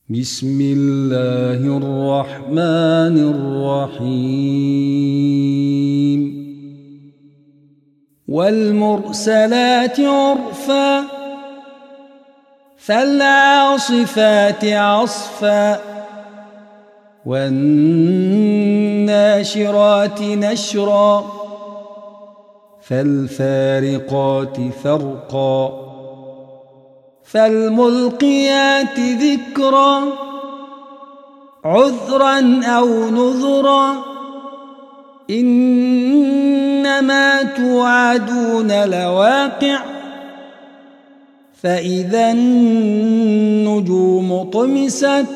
بسم الله الرحمن الرحيم والمرسلات عرفا فالعاصفات عصفا والناشرات نشرا فالفارقات فرقا فالملقيات ذكرا عذرا أو نذرا إنما توعدون لواقع فإذا النجوم طمست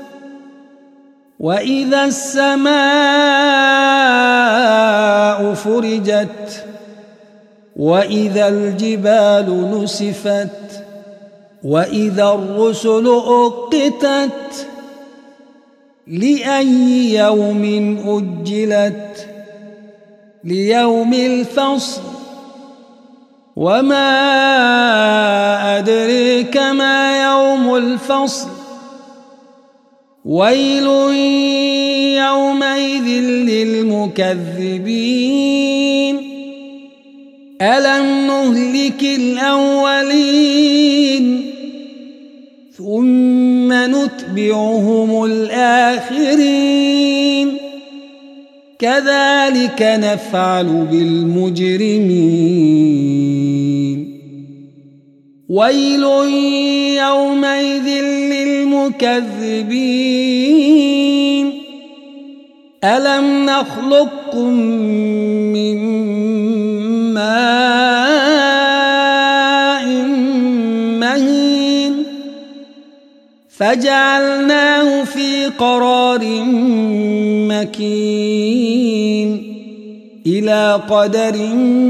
وإذا السماء فرجت وإذا الجبال نسفت وإذا الرسل أقتت لأي يوم أجلت ليوم الفصل وما أدريك ما يوم الفصل ويل يومئذ للمكذبين ألم نهلك الأولين ثم نتبعهم الآخرين كذلك نفعل بالمجرمين ويل يومئذ للمكذبين ألم نخلقكم من ماء مهين فجعلناه في قرار مكين إلى قدر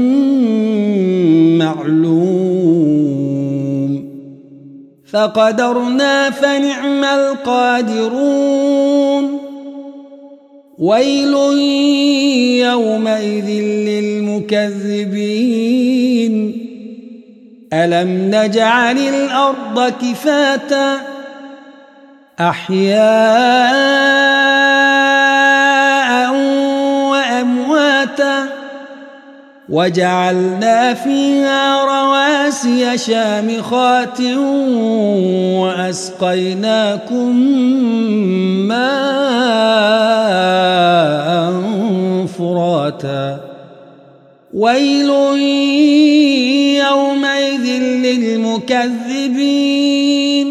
معلوم فقدرنا فنعم القادرون ويل يومئذ للمكذبين ألم نجعل الأرض كفاتا أحياء وأمواتا وجعلنا فيها رواسي شامخات وأسقيناكم ماء فراتا ويل يومئذ للمكذبين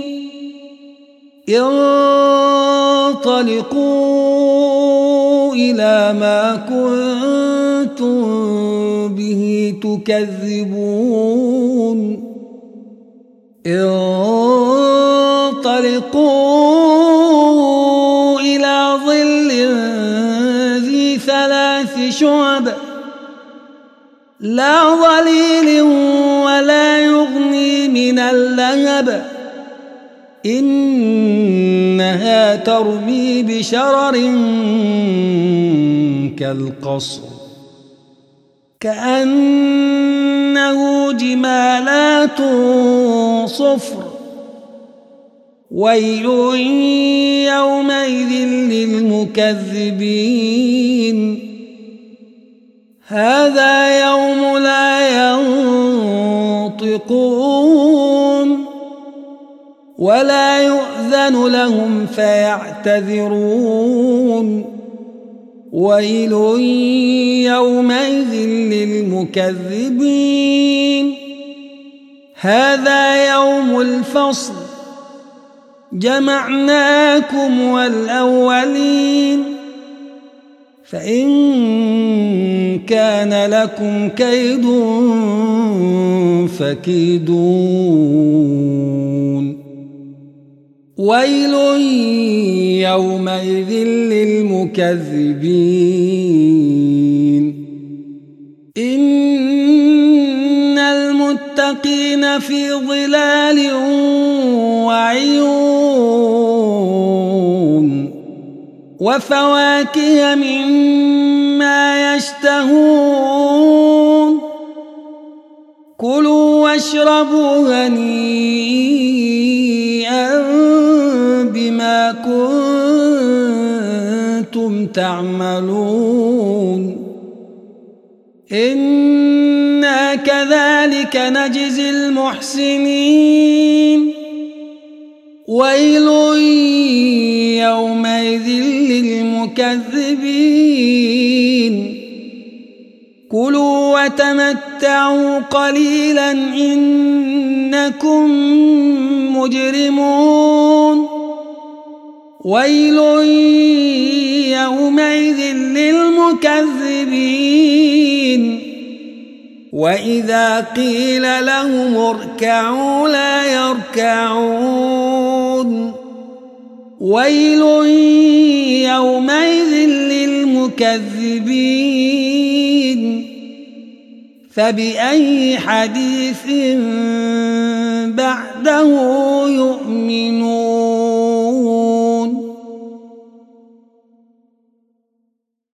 انطلقوا إلى ما كنتم به تكذبون انطلقوا إلى ظل ذي 3 شعب لا ظليل ولا يغني من اللهب إنها ترمي بشرر كالقصر كأنه جمالات صفر ويل يومئذ للمكذبين هذا يوم لا ينطقون ولا يؤذن لهم فيعتذرون ويل يومئذ للمكذبين هذا يوم الفصل جمعناكم والأولين فإن كان لكم كيد فكيدون ويل يومئذ للمكذبين إن المتقين في ظلال وعيون وفواكه مما يشتهون كلوا واشربوا هنيئا بما ما كنتم تعملون إنا كذلك نجزي المحسنين ويل يومئذ للمكذبين كلوا وتمتعوا قليلا إنكم مجرمون ويل يومئذ للمكذبين وإذا قيل لهم اركعوا لا يركعون ويل يومئذ للمكذبين فبأي حديث بعده يؤمنون